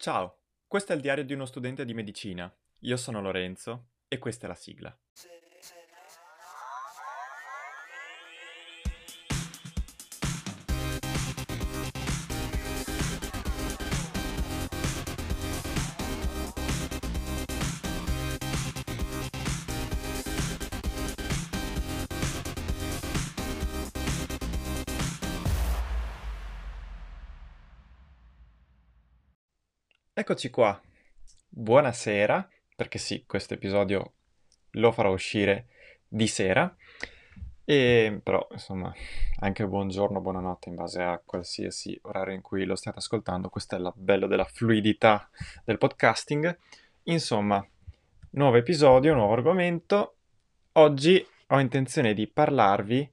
Ciao, questo è il diario di uno studente di medicina. Io sono Lorenzo e questa è la sigla. Eccoci qua. Buonasera, perché sì, questo episodio lo farò uscire di sera. E però, insomma, anche buongiorno, buonanotte in base a qualsiasi orario in cui lo state ascoltando. Questo è il bello della fluidità del podcasting. Insomma, nuovo episodio, nuovo argomento. Oggi ho intenzione di parlarvi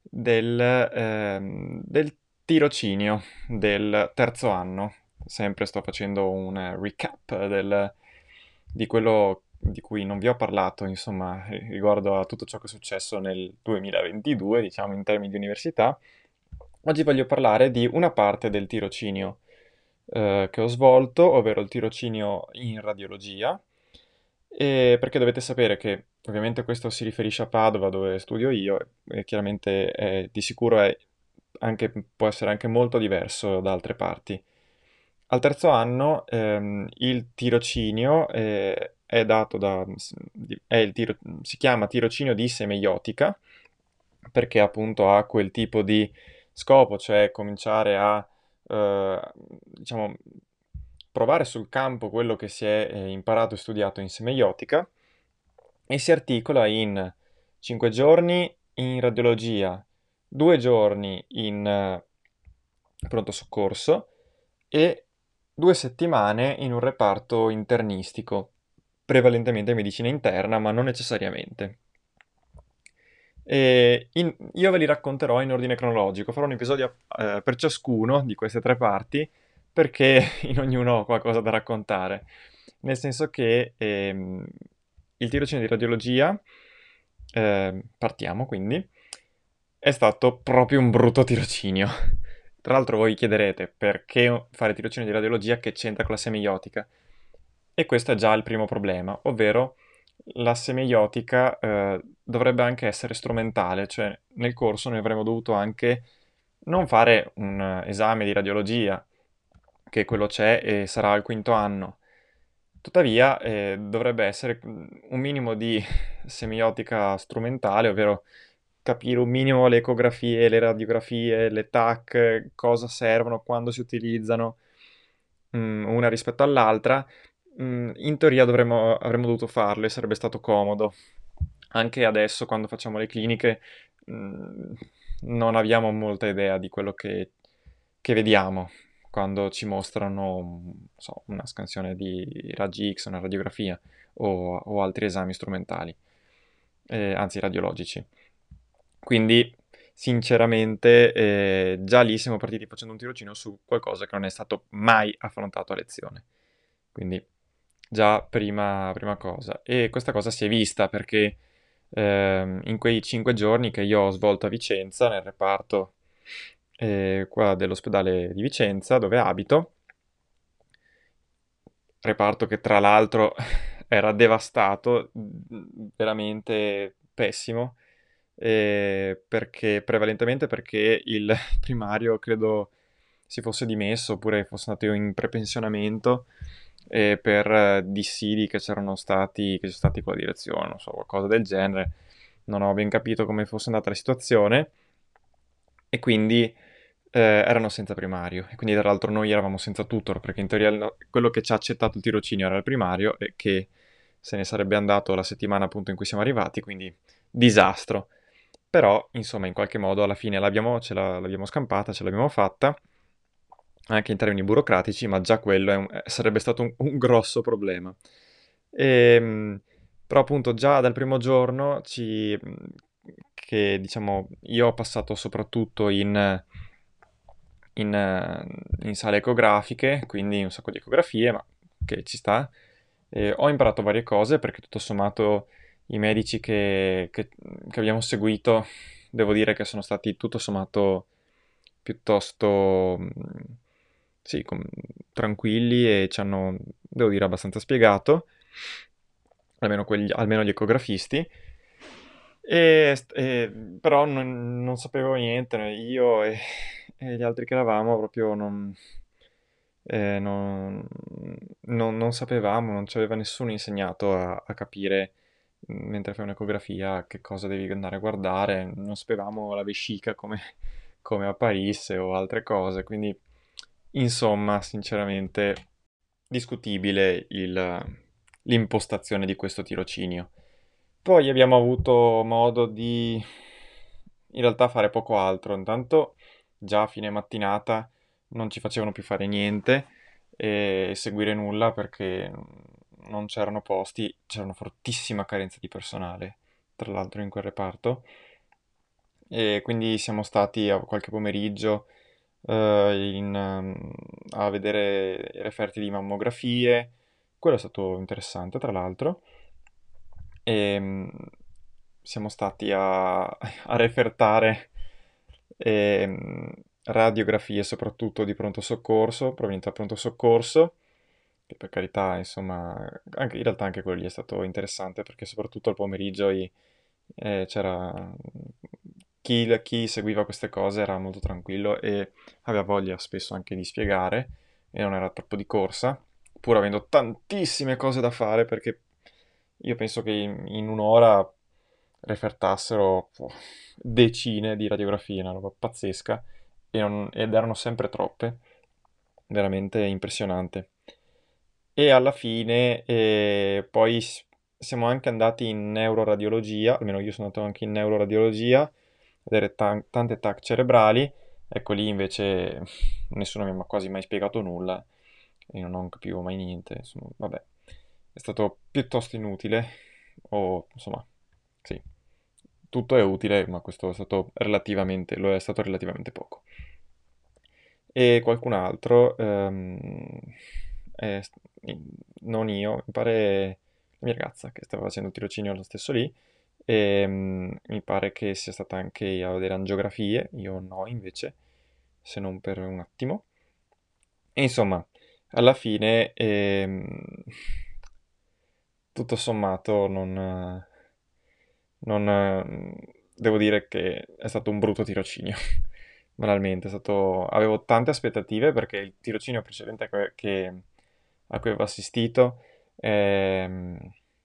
del tirocinio del terzo anno. Sempre sto facendo un recap di quello di cui non vi ho parlato, insomma, riguardo a tutto ciò che è successo nel 2022, diciamo in termini di università. Oggi voglio parlare di una parte del tirocinio che ho svolto, ovvero il tirocinio in radiologia, e perché dovete sapere che ovviamente questo si riferisce a Padova, dove studio io, e chiaramente di sicuro può essere anche molto diverso da altre parti. Al terzo anno il tirocinio è dato si chiama tirocinio di semeiotica perché appunto ha quel tipo di scopo, cioè cominciare a diciamo, provare sul campo quello che si è imparato e studiato in semeiotica e si articola in 5 giorni in radiologia, 2 giorni in pronto soccorso e 2 settimane in un reparto internistico, prevalentemente medicina interna, ma non necessariamente. Io ve li racconterò in ordine cronologico, farò un episodio per ciascuno di queste tre parti, perché in ognuno ho qualcosa da raccontare. Nel senso che il tirocinio di radiologia, partiamo quindi, è stato proprio un brutto tirocinio. Tra l'altro voi chiederete perché fare tirocinio di radiologia, che c'entra con la semeiotica? E questo è già il primo problema, ovvero la semeiotica dovrebbe anche essere strumentale, cioè nel corso noi avremmo dovuto anche non fare un esame di radiologia, che quello c'è e sarà al quinto anno. Tuttavia, dovrebbe essere un minimo di semiotica strumentale, ovvero capire un minimo le ecografie, le radiografie, le TAC, cosa servono, quando si utilizzano, una rispetto all'altra. In teoria avremmo dovuto farlo e sarebbe stato comodo. Anche adesso, quando facciamo le cliniche, mh, non abbiamo molta idea di quello che vediamo quando ci mostrano, non so, una scansione di raggi X, una radiografia o altri esami strumentali, anzi radiologici. Quindi, sinceramente, già lì siamo partiti facendo un tirocinio su qualcosa che non è stato mai affrontato a lezione. Quindi, già prima cosa. E questa cosa si è vista perché in quei 5 giorni che io ho svolto a Vicenza, nel reparto qua dell'ospedale di Vicenza, dove abito, reparto che tra l'altro era devastato, veramente pessimo, prevalentemente perché il primario credo si fosse dimesso oppure fosse andato in prepensionamento per dissidi che ci sono stati con la direzione, non so, qualcosa del genere. Non ho ben capito come fosse andata la situazione e quindi erano senza primario e quindi tra l'altro noi eravamo senza tutor perché in teoria quello che ci ha accettato il tirocinio era il primario e che se ne sarebbe andato la settimana appunto in cui siamo arrivati, quindi disastro. Però insomma in qualche modo alla fine l'abbiamo scampata, ce l'abbiamo fatta, anche in termini burocratici, ma già quello sarebbe stato un grosso problema. Ehm, Però appunto già dal primo giorno che diciamo io ho passato soprattutto in sale ecografiche, quindi un sacco di ecografie, ma che ci sta. Ho imparato varie cose perché tutto sommato i medici che abbiamo seguito, devo dire che sono stati tutto sommato piuttosto sì, tranquilli e ci hanno, devo dire, abbastanza spiegato, almeno gli ecografisti, però non sapevo niente, né io e gli altri che eravamo proprio eh, non, non sapevamo, non ci aveva nessuno insegnato a capire mentre fai un'ecografia che cosa devi andare a guardare, non sapevamo la vescica come apparisse o altre cose, quindi insomma, sinceramente, discutibile l'impostazione di questo tirocinio. Poi abbiamo avuto modo di in realtà fare poco altro. Intanto già a fine mattinata non ci facevano più fare niente e seguire nulla perché non c'erano posti, c'era una fortissima carenza di personale, tra l'altro in quel reparto. E quindi siamo stati a qualche pomeriggio a vedere i referti di mammografie. Quello è stato interessante, tra l'altro. E siamo stati a refertare ehm, radiografie soprattutto di pronto soccorso, provenienti dal pronto soccorso, che per carità, insomma, in realtà anche quello lì è stato interessante perché soprattutto al pomeriggio c'era chi seguiva queste cose era molto tranquillo e aveva voglia spesso anche di spiegare e non era troppo di corsa, pur avendo tantissime cose da fare perché io penso che in un'ora refertassero decine di radiografie, una roba pazzesca, ed erano sempre troppe, veramente impressionante. E alla fine poi siamo anche andati in neuroradiologia, almeno io sono andato anche in neuroradiologia, a vedere tante TAC cerebrali, ecco lì invece nessuno mi ha quasi mai spiegato nulla e non capivo mai niente, insomma, vabbè, è stato piuttosto inutile, o insomma, sì, tutto è utile, ma questo è stato lo è stato relativamente poco. E qualcun altro, è st- in- non io, mi pare la mia ragazza che stava facendo il tirocinio allo stesso lì, e mi pare che sia stata anche a vedere angiografie, io no invece, se non per un attimo. E insomma, alla fine, tutto sommato, devo dire che è stato un brutto tirocinio, banalmente. Avevo tante aspettative perché il tirocinio precedente a cui avevo assistito, ehm,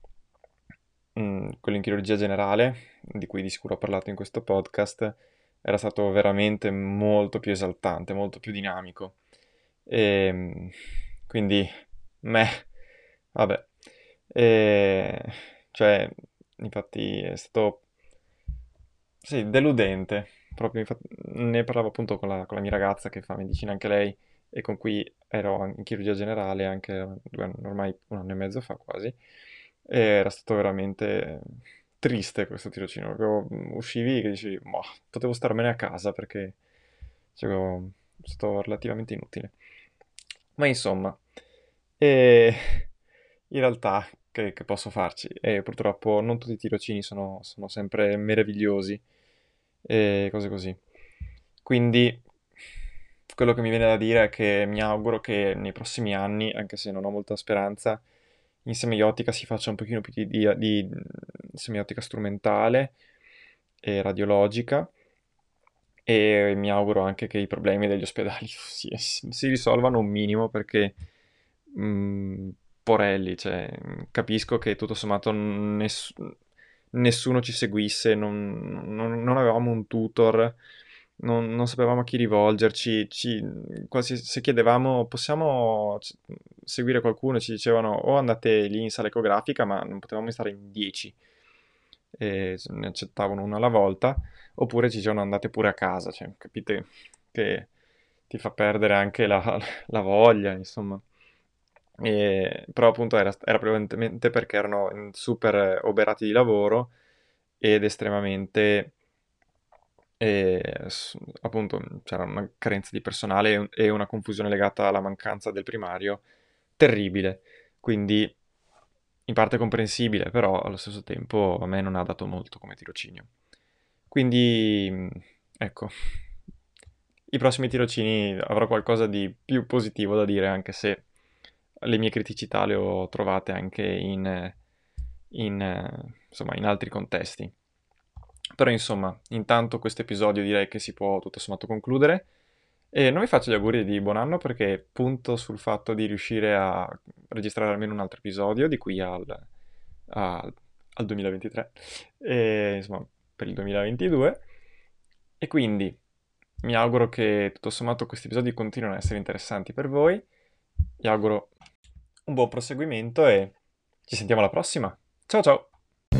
quello in chirurgia generale, di cui di sicuro ho parlato in questo podcast, era stato veramente molto più esaltante, molto più dinamico. E quindi, meh, vabbè. E, cioè, infatti è stato, sì, deludente. Proprio, ne parlavo appunto con la mia ragazza che fa medicina anche lei e con cui ero in chirurgia generale anche ormai un anno e mezzo fa quasi. E era stato veramente triste questo tirocinio. Proprio uscivi che dicevi, "Boh, potevo starmene a casa perché cioè, è stato relativamente inutile. Ma insomma, e in realtà che posso farci? E purtroppo non tutti i tirocini sono sempre meravigliosi e cose così. Quindi quello che mi viene da dire è che mi auguro che nei prossimi anni, anche se non ho molta speranza, in semiotica si faccia un pochino più di semiotica strumentale e radiologica e mi auguro anche che i problemi degli ospedali si risolvano un minimo perché, mh, porelli, cioè, capisco che tutto sommato nessuno ci seguisse, non avevamo un tutor, non sapevamo a chi rivolgerci, quasi se chiedevamo possiamo seguire qualcuno, ci dicevano o andate lì in sala ecografica, ma non potevamo stare in 10 e ne accettavano una alla volta, oppure ci dicevano andate pure a casa, cioè, capite che ti fa perdere anche la voglia, insomma. Però appunto era prevalentemente perché erano super oberati di lavoro ed estremamente, appunto, c'era una carenza di personale e una confusione legata alla mancanza del primario terribile. Quindi in parte comprensibile, però allo stesso tempo a me non ha dato molto come tirocinio. Quindi, ecco, i prossimi tirocini avrò qualcosa di più positivo da dire, anche se le mie criticità le ho trovate anche insomma, in altri contesti. Però insomma, intanto questo episodio direi che si può tutto sommato concludere. E non vi faccio gli auguri di buon anno perché punto sul fatto di riuscire a registrare almeno un altro episodio di qui al- al 2023, e, insomma, per il 2022. E quindi mi auguro che tutto sommato questi episodi continuino a essere interessanti per voi. Vi auguro un buon proseguimento e ci sentiamo alla prossima. Ciao ciao!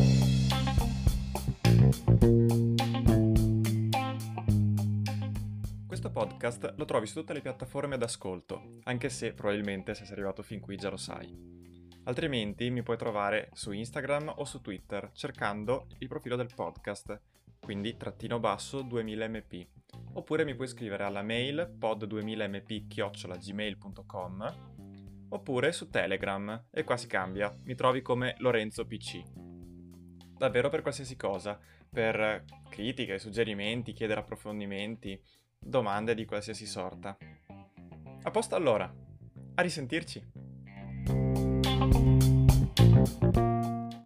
Questo podcast lo trovi su tutte le piattaforme ad ascolto, anche se probabilmente se sei arrivato fin qui già lo sai. Altrimenti mi puoi trovare su Instagram o su Twitter cercando il profilo del podcast, quindi _ 2000mp. Oppure mi puoi scrivere alla mail pod2000mp@gmail.com oppure su Telegram, e qua si cambia, mi trovi come Lorenzo PC. Davvero per qualsiasi cosa, per critiche, suggerimenti, chiedere approfondimenti, domande di qualsiasi sorta. A posto allora, a risentirci!